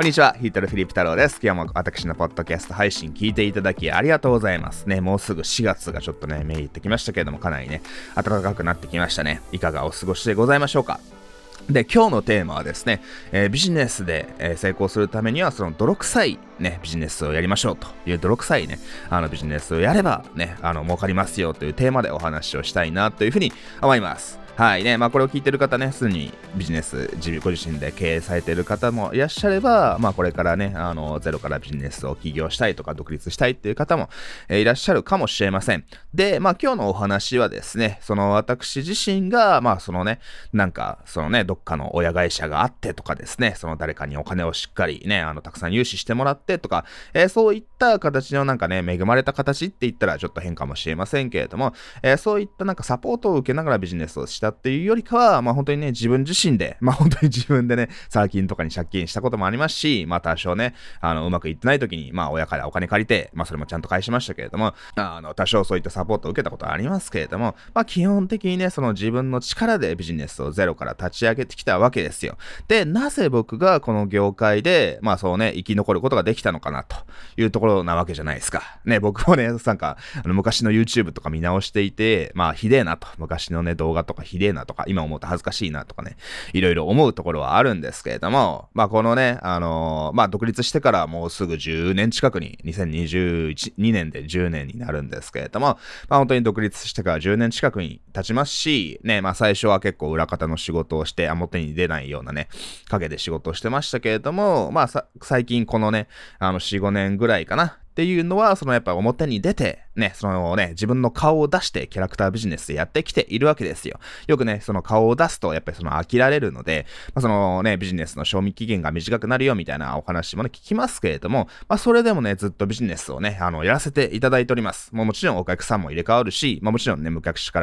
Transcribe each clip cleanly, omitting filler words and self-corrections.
こんにちは、ヒートルフィリップ太郎です。今日も私のポッドキャスト配信聞いていただきありがとうございますね。もうすぐ4月がちょっとね、めいってきましたけれども、かなりね、暖かくなってきましたね。いかがお過ごしでございましょうか。で、今日のテーマはですね、ビジネスで、成功するためには、その泥臭いね、ビジネスをやりましょうという泥臭いね、ビジネスをやればね、儲かりますよというテーマでお話をしたいなというふうに思います。はいね、これを聞いてる方ね、すでにビジネスご自身で経営されている方もいらっしゃれば、これからね、ゼロからビジネスを起業したいとか独立したいっていう方も、いらっしゃるかもしれません。で、今日のお話はですね、その私自身が、そのね、どっかの親会社があってとかですね、その誰かにお金をしっかりね、たくさん融資してもらってとか、そういった形の恵まれた形って言ったらちょっと変かもしれませんけれども、そういったサポートを受けながらビジネスをしたっていうよりかは、本当にね、自分自身で、本当に自分でね、サーキンとかに借金したこともありますし、多少ね、うまくいってない時に、親からお金借りて、それもちゃんと返しましたけれども、多少そういったサポートを受けたことはありますけれども、基本的にね、その自分の力でビジネスをゼロから立ち上げてきたわけですよ。で、なぜ僕がこの業界で、そうね、生き残ることができたのかな、というところなわけじゃないですか。ね、僕もね、昔の YouTube とか見直していて、ひでえなと、昔のね、動画とかひでえなとか、今思うと恥ずかしいなとかね、いろいろ思うところはあるんですけれども、このね、独立してからもうすぐ10年近くに、2022年で10年になるんですけれども、本当に独立してから10年近くに経ちますし、ね、最初は結構裏方の仕事をして、表に出ないようなね、陰で仕事をしてましたけれども、最近このね、4、5年ぐらいかな、っていうのは、やっぱ表に出て、ね、自分の顔を出してキャラクタービジネスでやってきているわけですよ。よくね、その顔を出すと、やっぱり飽きられるので、ビジネスの賞味期限が短くなるよみたいなお話もね、聞きますけれども、それでもね、ずっとビジネスをね、やらせていただいております。もちろんお客さんも入れ替わるし、もちろんね、昔から、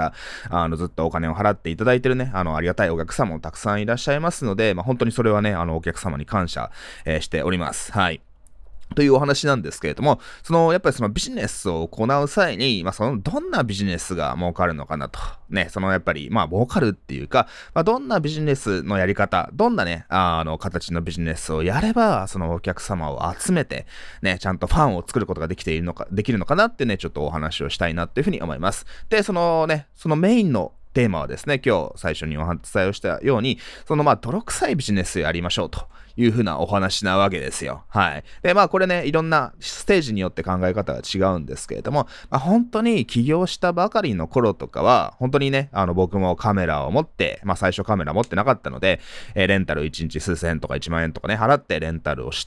ずっとお金を払っていただいてるね、ありがたいお客さんもたくさんいらっしゃいますので、本当にそれはね、お客様に感謝、しております。はい。というお話なんですけれども、やっぱりビジネスを行う際に、どんなビジネスが儲かるのかなと。ね、やっぱり、儲かるっていうか、どんなビジネスのやり方、どんなね、形のビジネスをやれば、お客様を集めて、ね、ちゃんとファンを作ることができるのかなってね、ちょっとお話をしたいなっていうふうに思います。で、そのメインのテーマはですね、今日最初にお伝えをしたように、泥臭いビジネスをやりましょうというふうなお話なわけですよ。はい。で、これね、いろんなステージによって考え方が違うんですけれども、本当に起業したばかりの頃とかは、本当にね、僕もカメラを持って、最初カメラ持ってなかったので、レンタル1日数千円とか1万円とかね、払ってレンタルをして、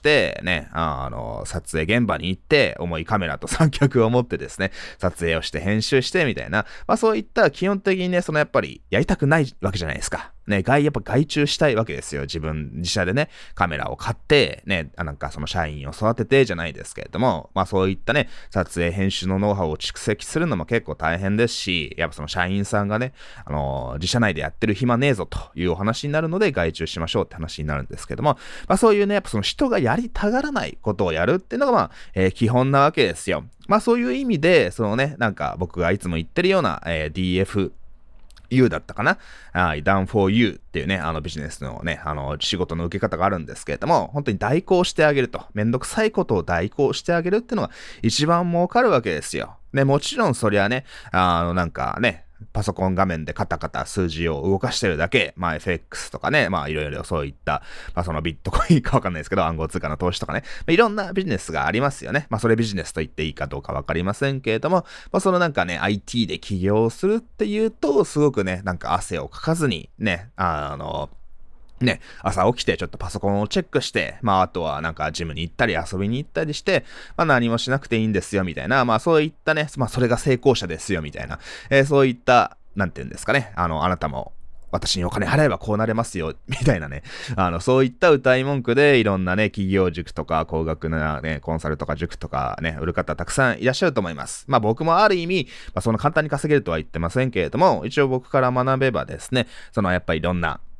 ね、撮影現場に行って、重いカメラと三脚を持ってですね、撮影をして編集してみたいな、そういった基本的にね、やっぱりやりたくないわけじゃないですか。ね、やっぱ外注したいわけですよ。自社でね、カメラを買って、ね、社員を育ててじゃないですけれども、そういったね、撮影編集のノウハウを蓄積するのも結構大変ですし、やっぱ社員さんがね、自社内でやってる暇ねえぞというお話になるので、外注しましょうって話になるんですけども、そういうね、やっぱ人がやりたがらないことをやるっていうのが、基本なわけですよ。そういう意味で、僕がいつも言ってるような、DFU だったかな？Done for you っていうね、ビジネスのね、仕事の受け方があるんですけれども、本当に代行してあげると。めんどくさいことを代行してあげるっていうのが一番儲かるわけですよ。ね、もちろんそりゃね、パソコン画面でカタカタ数字を動かしてるだけ、FX とかね、いろいろそういった、ビットコインかわかんないですけど、暗号通貨の投資とかね、いろんなビジネスがありますよね。それビジネスと言っていいかどうかわかりませんけれども、IT で起業するっていうと、すごくね、汗をかかずに、ね、朝起きてちょっとパソコンをチェックして、あとはジムに行ったり遊びに行ったりして、何もしなくていいんですよ、みたいな、そういったね、それが成功者ですよ、みたいな、そういった、なんていうんですかね、あなたも、私にお金払えばこうなれますよ、みたいなね。そういった歌い文句で、いろんなね、企業塾とか、高額なね、コンサルとか塾とかね、売る方たくさんいらっしゃると思います。僕もある意味、そんな簡単に稼げるとは言ってませんけれども、一応僕から学べばですね、やっぱりいろんな、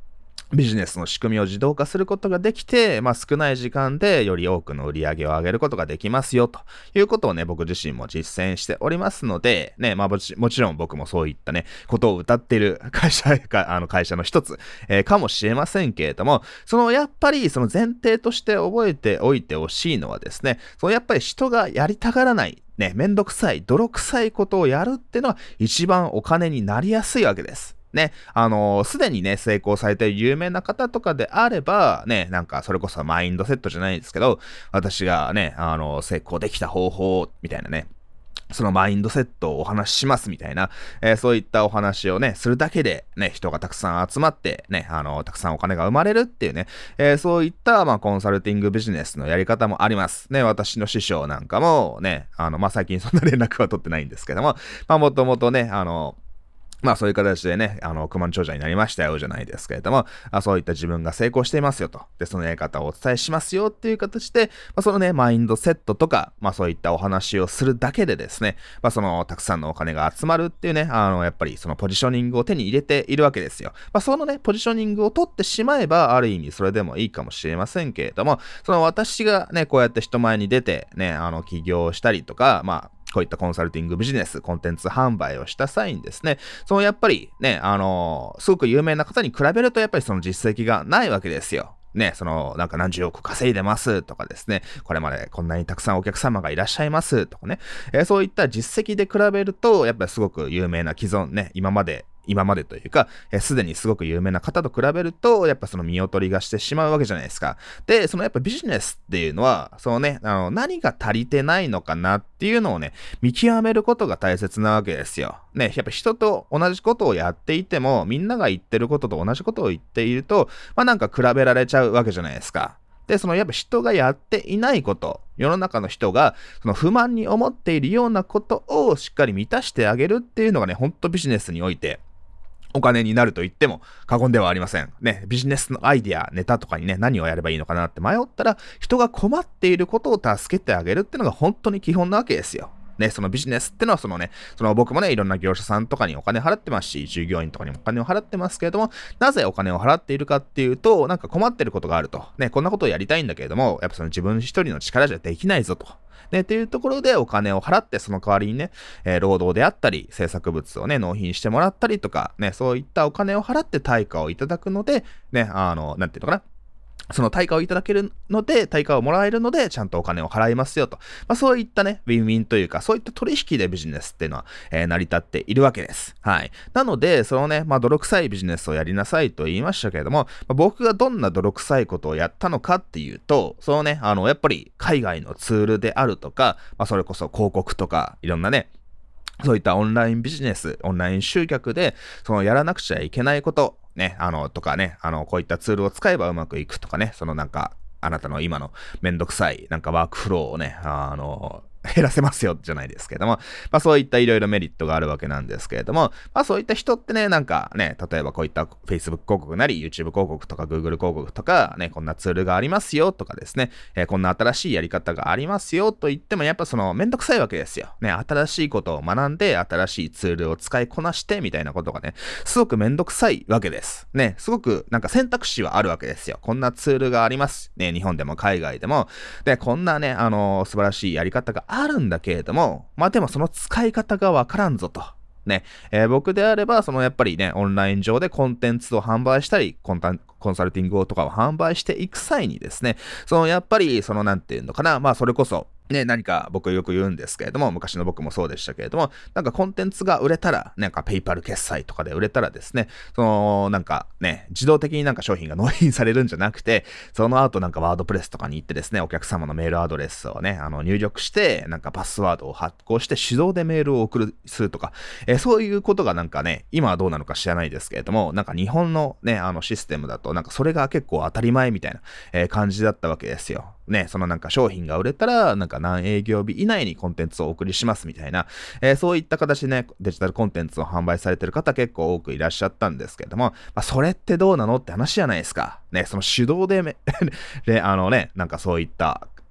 ビジネスの仕組みを自動化することができて、少ない時間でより多くの売り上げを上げることができますよ、ということをね、僕自身も実践しておりますので、ね、もちろん僕もそういったね、ことを謳っている会社の一つ、かもしれませんけれども、やっぱりその前提として覚えておいてほしいのはですね、やっぱり人がやりたがらない、ね、めんどくさい、泥臭いことをやるっていうのは一番お金になりやすいわけです。ね、すでにね、成功されている有名な方とかであれば、ね、なんかそれこそマインドセットじゃないですけど、私がね、成功できた方法、みたいなね、そのマインドセットをお話ししますみたいな、そういったお話をね、するだけでね、人がたくさん集まって、ね、たくさんお金が生まれるっていうね、そういった、コンサルティングビジネスのやり方もあります。ね、私の師匠なんかもね、最近そんな連絡は取ってないんですけども、もともとね、そういう形でね、億万長者になりましたよ、じゃないですけれども、そういった自分が成功していますよと。で、そのやり方をお伝えしますよっていう形で、そのね、マインドセットとか、そういったお話をするだけでですね、たくさんのお金が集まるっていうね、やっぱりそのポジショニングを手に入れているわけですよ。そのね、ポジショニングを取ってしまえば、ある意味それでもいいかもしれませんけれども、私がね、こうやって人前に出て、ね、起業したりとか、こういったコンサルティングビジネス、コンテンツ販売をした際にですね、やっぱりね、すごく有名な方に比べるとやっぱりその実績がないわけですよ。ね、なんか何十億稼いでますとかですね、これまでこんなにたくさんお客様がいらっしゃいますとかね、そういった実績で比べると、やっぱりすごく有名な既存ね、今までというか、すでにすごく有名な方と比べると、やっぱその見劣りがしてしまうわけじゃないですか。で、やっぱビジネスっていうのは、何が足りてないのかなっていうのをね、見極めることが大切なわけですよ。ね、やっぱ人と同じことをやっていても、みんなが言ってることと同じことを言っていると、なんか比べられちゃうわけじゃないですか。で、やっぱ人がやっていないこと、世の中の人が不満に思っているようなことをしっかり満たしてあげるっていうのがね、ほんとビジネスにおいて、お金になると言っても過言ではありません。ね、ビジネスのアイディア、ネタとかにね、何をやればいいのかなって迷ったら、人が困っていることを助けてあげるっていうのが本当に基本なわけですよ。ね、そのビジネスってのは僕もね、いろんな業者さんとかにお金払ってますし、従業員とかにもお金を払ってますけれども、なぜお金を払っているかっていうと、なんか困ってることがあると。ね、こんなことをやりたいんだけれども、やっぱ自分一人の力じゃできないぞと。ね、っていうところでお金を払って、その代わりにね、労働であったり、制作物をね、納品してもらったりとか、ね、そういったお金を払って対価をいただくので、ね、なんていうのかな。その対価をいただけるので、対価をもらえるので、ちゃんとお金を払いますよと。そういったね、ウィンウィンというか、そういった取引でビジネスっていうのは、成り立っているわけです。はい。なので、泥臭いビジネスをやりなさいと言いましたけれども、僕がどんな泥臭いことをやったのかっていうと、やっぱり海外のツールであるとか、それこそ広告とか、いろんなね、そういったオンラインビジネス、オンライン集客で、やらなくちゃいけないこと、ね、とかね、こういったツールを使えばうまくいくとかね、あなたの今のめんどくさい、ワークフローをね、減らせますよ、じゃないですけれども、そういったいろいろメリットがあるわけなんですけれども、そういった人ってね、なんかね、例えばこういった Facebook 広告なり、YouTube 広告とか Google 広告とか、ね、こんなツールがありますよとかですね、こんな新しいやり方がありますよと言っても、やっぱめんどくさいわけですよ。ね、新しいことを学んで、新しいツールを使いこなして、みたいなことがね、すごくめんどくさいわけです。ね、すごくなんか選択肢はあるわけですよ。こんなツールがあります。ね、日本でも海外でも。で、こんなね、素晴らしいやり方があるんだけれども、でもその使い方がわからんぞと。ね、僕であれば、やっぱりね、オンライン上でコンテンツを販売したり、コンサルティングとかを販売していく際にですね、やっぱり、なんていうのかな、それこそ、ね、何か僕よく言うんですけれども、昔の僕もそうでしたけれども、なんかコンテンツが売れたら、なんかペイパル決済とかで売れたらですね、なんかね、自動的になんか商品が納品されるんじゃなくて、その後なんかワードプレスとかに行ってですね、お客様のメールアドレスをね、入力して、なんかパスワードを発行して手動でメールを送る、するとか、そういうことがなんかね、今はどうなのか知らないですけれども、なんか日本のね、システムだと、なんかそれが結構当たり前みたいな、感じだったわけですよ。ね、なんか商品が売れたら、なんか何営業日以内にコンテンツをお送りしますみたいな、そういった形でね、デジタルコンテンツを販売されてる方結構多くいらっしゃったんですけれども、それってどうなのって話じゃないですか。ね、手動でなんかそういった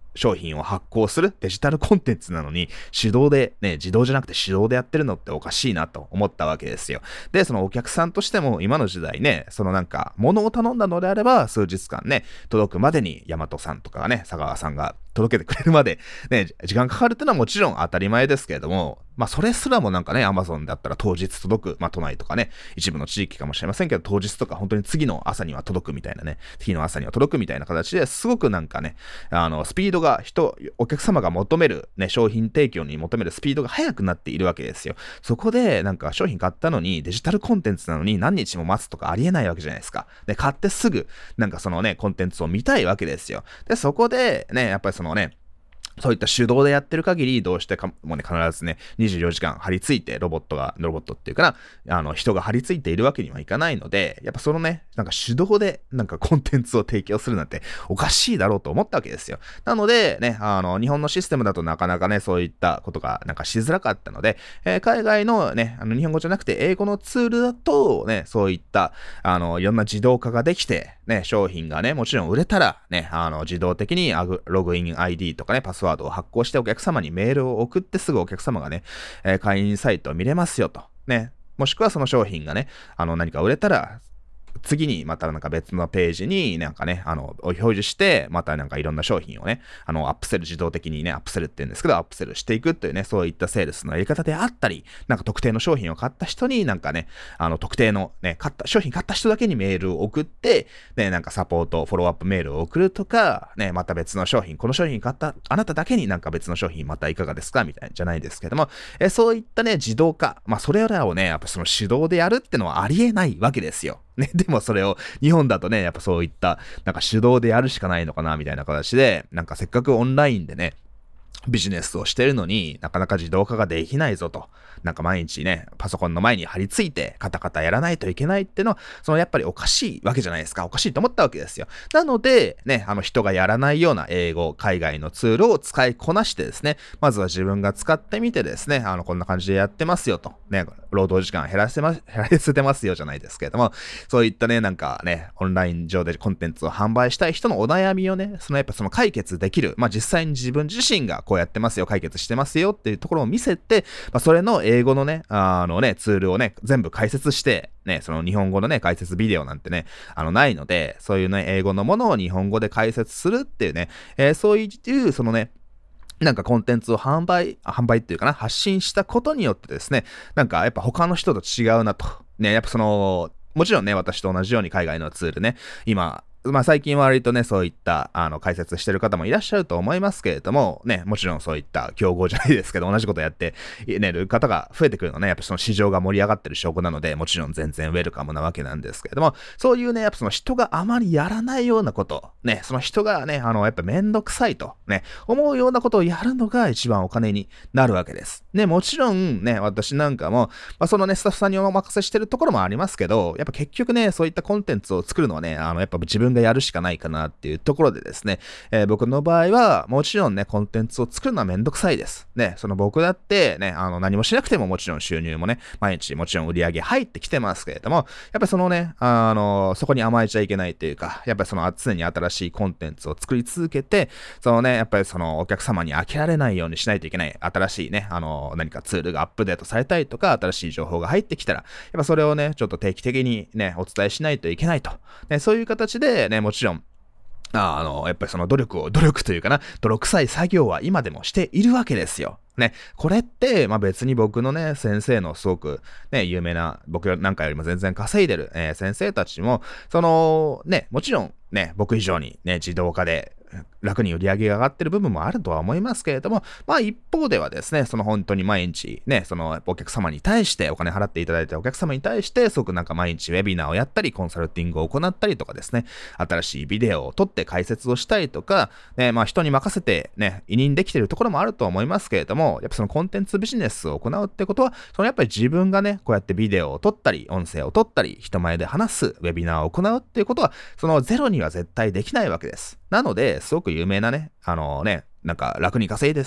商品を発行するデジタルコンテンツなのに手動でね、自動じゃなくて手動でやってるのっておかしいなと思ったわけですよ。で、そのお客さんとしても今の時代ね、そのなんか物を頼んだのであれば数日間ね、届くまでに大和さんとかね、佐川さんが届けてくれるまでね、時間かかるってのはもちろん当たり前ですけれども、まあそれすらもなんかね、Amazon だったら当日届く、まあ都内とかね、一部の地域かもしれませんけど、当日とか本当に次の朝には届くみたいなね、次の朝には届くみたいな形ですごくなんかね、スピードがお客様が求めるね、商品提供に求めるスピードが速くなっているわけですよ。そこでなんか商品買ったのにデジタルコンテンツなのに何日も待つとかありえないわけじゃないですか。で、買ってすぐなんかそのね、コンテンツを見たいわけですよ。で、そこでね、やっぱりそのね、そういった手動でやってる限り、どうしてかもね、必ずね、24時間張り付いて、ロボットっていうかな、人が張り付いているわけにはいかないので、やっぱそのね、なんか手動でなんかコンテンツを提供するなんておかしいだろうと思ったわけですよ。なので、ね、日本のシステムだとなかなかね、そういったことがなんかしづらかったので、海外のね、日本語じゃなくて英語のツールだと、ね、そういった、いろんな自動化ができて、ね、商品がね、もちろん売れたら、ね、自動的にログイン ID とかね、パスワードを発行してお客様にメールを送ってすぐお客様がね、会員サイトを見れますよと。ね。もしくはその商品がね、何か売れたら、次にまたなんか別のページになんかね、表示して、またなんかいろんな商品をね、アップセル自動的にね、アップセルって言うんですけど、アップセルしていくっていうね、そういったセールスのやり方であったり、なんか特定の商品を買った人になんかね、特定のね、商品買った人だけにメールを送って、ね、なんかサポート、フォローアップメールを送るとか、ね、また別の商品、この商品買ったあなただけになんか別の商品またいかがですかみたいなじゃないですけども、そういったね、自動化、まあそれらをね、やっぱその手動でやるってのはありえないわけですよ。ね、でもそれを日本だとね、やっぱそういったなんか手動でやるしかないのかなみたいな形で、なんかせっかくオンラインでね、ビジネスをしてるのになかなか自動化ができないぞと。なんか毎日ね、パソコンの前に張り付いてカタカタやらないといけないってのは、そのやっぱりおかしいわけじゃないですか。おかしいと思ったわけですよ。なので、ね、人がやらないような英語、海外のツールを使いこなしてですね、まずは自分が使ってみてですね、こんな感じでやってますよと。ね、労働時間減らせてますよじゃないですけれども、そういったね、なんかね、オンライン上でコンテンツを販売したい人のお悩みをね、やっぱその解決できる、まあ実際に自分自身がこうやってますよ、解決してますよっていうところを見せて、まあそれの英語のね、ツールをね、全部解説して、ね、その日本語のね、解説ビデオなんてね、ないので、そういうね、英語のものを日本語で解説するっていうね、そういう、そのね、なんかコンテンツを販売っていうかな、発信したことによってですね、なんかやっぱ他の人と違うなと。ね、やっぱもちろんね、私と同じように海外のツールね、今、まあ最近は割とね、そういった解説してる方もいらっしゃると思いますけれども、ね、もちろんそういった競合じゃないですけど、同じことやってねる方が増えてくるのね、やっぱその市場が盛り上がってる証拠なので、もちろん全然ウェルカムなわけなんですけれども、そういうね、やっぱその人があまりやらないようなこと、ね、その人がね、やっぱめんどくさいと、ね、思うようなことをやるのが一番お金になるわけです。ね、もちろんね、私なんかも、まあそのね、スタッフさんにお任せしてるところもありますけど、やっぱ結局ね、そういったコンテンツを作るのはね、やっぱ自分がやるしかないかなっていうところでですね、僕の場合はもちろんねコンテンツを作るのはめんどくさいですね。その僕だってね何もしなくてももちろん収入もね毎日もちろん売り上げ入ってきてますけれども、やっぱりそのねそこに甘えちゃいけないというか、やっぱりその常に新しいコンテンツを作り続けて、そのねやっぱりそのお客様に飽きられないようにしないといけない。新しいね何かツールがアップデートされたりとか、新しい情報が入ってきたらやっぱそれをねちょっと定期的にねお伝えしないといけないと、ね、そういう形でねもちろんやっぱりその努力というかな、泥臭い作業は今でもしているわけですよ。ね、これって、まあ別に僕のね、先生のすごくね、有名な、僕なんかよりも全然稼いでる、先生たちも、そのね、もちろんね、僕以上にね、自動化で、楽に売り上げが上がってる部分もあるとは思いますけれども、まあ一方ではですね、その本当に毎日ね、そのお客様に対して、お金払っていただいたお客様に対して、すごくなんか毎日ウェビナーをやったり、コンサルティングを行ったりとかですね、新しいビデオを撮って解説をしたりとか、ね、まあ人に任せてね、委任できているところもあると思いますけれども、やっぱそのコンテンツビジネスを行うってことは、そのやっぱり自分がね、こうやってビデオを撮ったり、音声を撮ったり、人前で話す、ウェビナーを行うっていうことは、そのゼロには絶対できないわけです。なので、すごく有名なね、なんか楽に稼いで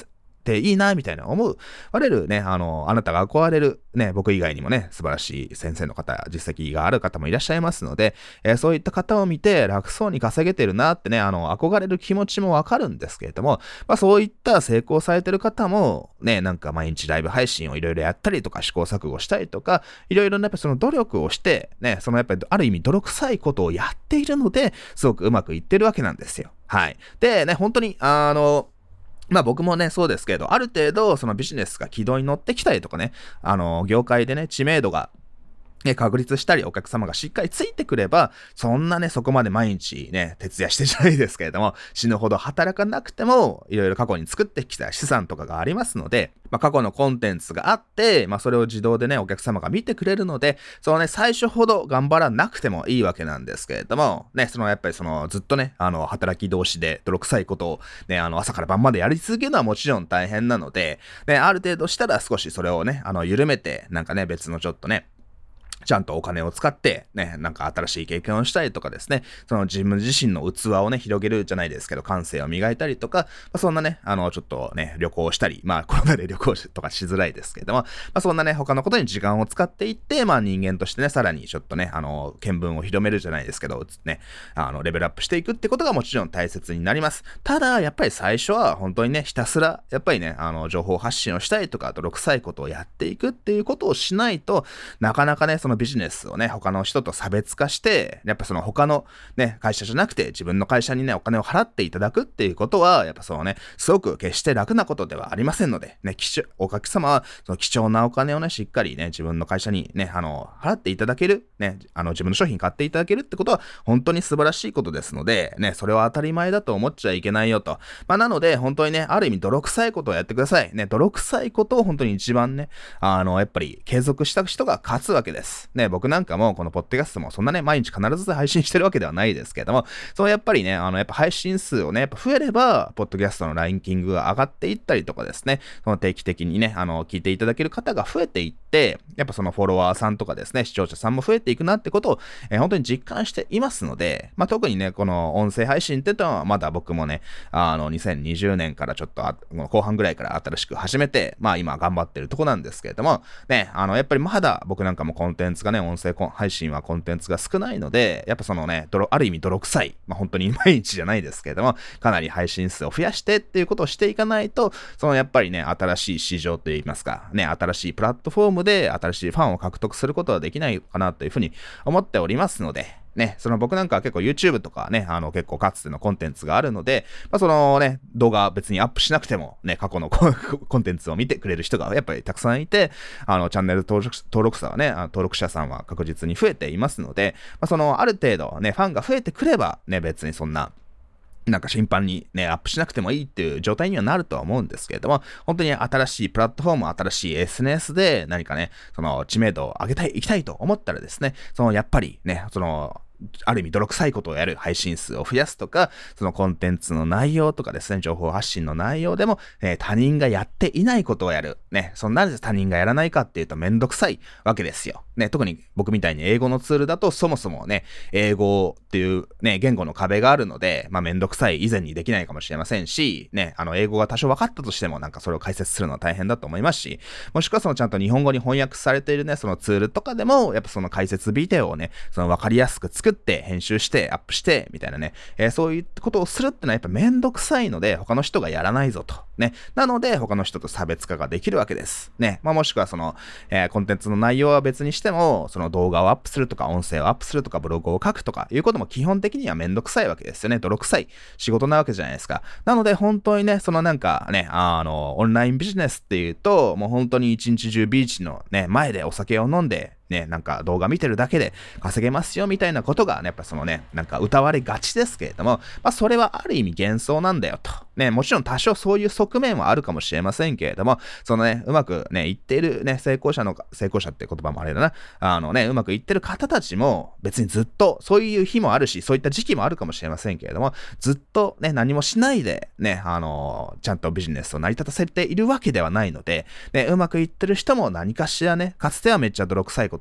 ていいな、みたいな思われるね、あなたが憧れるね、僕以外にもね、素晴らしい先生の方、実績がある方もいらっしゃいますので、そういった方を見て楽そうに稼げてるなってね、憧れる気持ちもわかるんですけれども、そういった成功されてる方も、ね、なんか毎日ライブ配信をいろいろやったりとか、試行錯誤したりとか、いろいろね、やっぱその努力をして、ね、そのやっぱりある意味泥臭いことをやっているので、すごくうまくいってるわけなんですよ。はい。でね、本当に、僕もね、そうですけど、ある程度、そのビジネスが軌道に乗ってきたりとかね、業界でね、知名度が確立したり、お客様がしっかりついてくれば、そんなね、そこまで毎日ね、徹夜してじゃないですけれども、死ぬほど働かなくても、いろいろ過去に作ってきた資産とかがありますので、過去のコンテンツがあって、それを自動でね、お客様が見てくれるので、そのね、最初ほど頑張らなくてもいいわけなんですけれども、ね、やっぱりずっとね、働き同士で泥臭いことをね、朝から晩までやり続けるのはもちろん大変なので、ね、ある程度したら少しそれをね、緩めて、なんかね、別のちょっとね、ちゃんとお金を使って、ね、なんか新しい経験をしたりとかですね、その自分自身の器をね、広げるじゃないですけど、感性を磨いたりとか、そんなね、ちょっとね、旅行したり、コロナで旅行とかしづらいですけれども、そんなね、他のことに時間を使っていって、人間としてね、さらにちょっとね、見聞を広めるじゃないですけど、ね、レベルアップしていくってことがもちろん大切になります。ただ、やっぱり最初は本当にね、ひたすら、やっぱりね、情報発信をしたりとか、泥臭いことをやっていくっていうことをしないと、なかなかね、そのビジネスをね、他の人と差別化して、やっぱその他のね、会社じゃなくて自分の会社にね、お金を払っていただくっていうことは、やっぱそのね、すごく決して楽なことではありませんので、ね、お客様はその貴重なお金をね、しっかりね、自分の会社にね、払っていただける、ね、自分の商品買っていただけるってことは、本当に素晴らしいことですので、ね、それは当たり前だと思っちゃいけないよと。なので、本当にね、ある意味泥臭いことをやってください。ね、泥臭いことを本当に一番ね、やっぱり継続した人が勝つわけです。ね、僕なんかもこのポッドキャストもそんなね、毎日必ず配信してるわけではないですけども、そうやっぱりね、やっぱ配信数をね、やっぱ増えれば、ポッドキャストのランキングが上がっていったりとかですね、その定期的にね、聞いていただける方が増えていって、やっぱそのフォロワーさんとかですね、視聴者さんも増えていくなってことを、本当に実感していますので、特にね、この音声配信ってのはまだ僕もね、2020年からちょっと後半ぐらいから新しく始めて、今頑張ってるとこなんですけれども、ね、やっぱりまだ僕なんかもコンテンツがね、音声配信はコンテンツが少ないので、やっぱそのね、ある意味泥臭い、本当に毎日じゃないですけれども、かなり配信数を増やしてっていうことをしていかないと、そのやっぱりね、新しい市場といいますか、ね、新しいプラットフォームで新しいファンを獲得することはできないかなというふうに思っておりますので、ね、その僕なんかは結構 YouTube とかね、結構かつてのコンテンツがあるので、そのね、動画別にアップしなくてもね、過去のコンテンツを見てくれる人がやっぱりたくさんいて、チャンネル登録者はね、登録者さんは確実に増えていますので、そのある程度ね、ファンが増えてくればね、別にそんな、なんか頻繁にね、アップしなくてもいいっていう状態にはなるとは思うんですけれども、本当に新しいプラットフォーム、新しい SNS で何かね、その知名度を上げいきたいと思ったらですね、やっぱりね、ある意味泥臭いことをやる配信数を増やすとか、そのコンテンツの内容とかですね、情報発信の内容でも、他人がやっていないことをやる。ね、なぜ他人がやらないかっていうとめんどくさいわけですよ。ね、特に僕みたいに英語のツールだとそもそもね、英語っていうね、言語の壁があるので、めんどくさい以前にできないかもしれませんし、ね、英語が多少分かったとしてもなんかそれを解説するのは大変だと思いますし、もしくはちゃんと日本語に翻訳されているね、そのツールとかでも、やっぱその解説ビデオをね、分かりやすく作って編集してアップしてみたいなね、そういうことをするってのはやっぱめんどくさいので他の人がやらないぞとね、なので他の人と差別化ができるわけですね。もしくはコンテンツの内容は別にしても、その動画をアップするとか音声をアップするとかブログを書くとかいうことも基本的にはめんどくさいわけですよね。泥臭い仕事なわけじゃないですか。なので本当にね、なんかね、オンラインビジネスっていうと、もう本当に一日中ビーチのね前でお酒を飲んでね、なんか動画見てるだけで稼げますよみたいなことが、ね、やっぱなんか歌われがちですけれども、それはある意味幻想なんだよと。ね、もちろん多少そういう側面はあるかもしれませんけれども、うまくね、いっているね、成功者って言葉もあれだな。うまくいってる方たちも別にずっと、そういう日もあるし、そういった時期もあるかもしれませんけれども、ずっとね、何もしないでね、ちゃんとビジネスを成り立たせているわけではないので、ね、うまくいってる人も何かしらね、かつてはめっちゃ泥臭いこと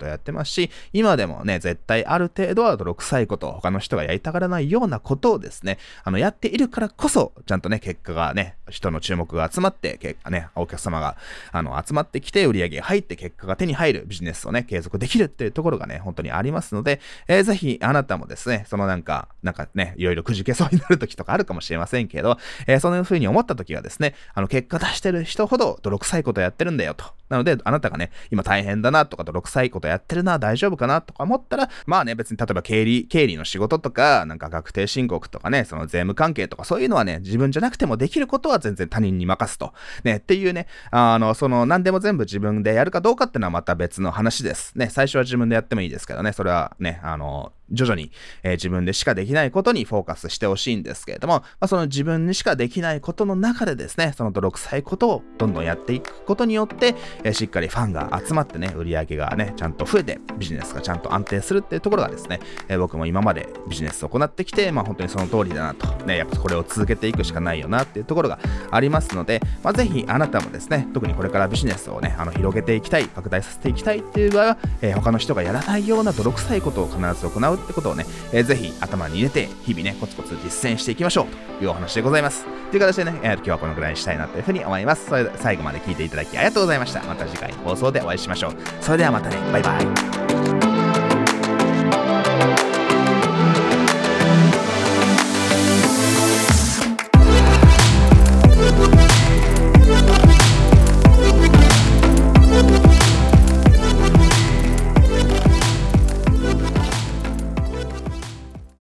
ことをやってますし、今でもね、絶対ある程度は泥臭いこと、他の人がやりたがらないようなことをですね、やっているからこそ、ちゃんとね、結果がね、人の注目が集まって、お客様が、集まってきて、売り上げが入って、結果が手に入るビジネスをね、継続できるっていうところがね、本当にありますので、ぜひ、あなたもですね、そのなんかね、いろいろくじけそうになる時とかあるかもしれませんけど、そういう風に思った時はですね、結果出してる人ほど泥臭いことやってるんだよと。なので、あなたがね、今大変だなとか、泥臭いことやってるな、大丈夫かなとか思ったら、まあね、別に例えば経理の仕事とか、なんか確定申告とかね、その税務関係とか、そういうのはね、自分じゃなくてもできることは全然他人に任すと。ね、っていうね、何でも全部自分でやるかどうかっていうのはまた別の話です。ね、最初は自分でやってもいいですけどね、それはね、徐々に、自分でしかできないことにフォーカスしてほしいんですけれども、その自分にしかできないことの中でですね、その泥臭いことをどんどんやっていくことによって、しっかりファンが集まってね、売り上げがね、ちゃんと増えて、ビジネスがちゃんと安定するっていうところがですね、僕も今までビジネスを行ってきて、本当にその通りだなと、ね、やっぱこれを続けていくしかないよなっていうところがありますので、ぜひあなたもですね、特にこれからビジネスをね、広げていきたい、拡大させていきたいっていう場合は、他の人がやらないような泥臭いことを必ず行うってことをね、ぜひ頭に入れて日々ねコツコツ実践していきましょうというお話でございます。という形でね、今日はこのぐらいにしたいなというふうに思います。それで最後まで聞いていただきありがとうございました。また次回放送でお会いしましょう。それではまたね、バイバイ。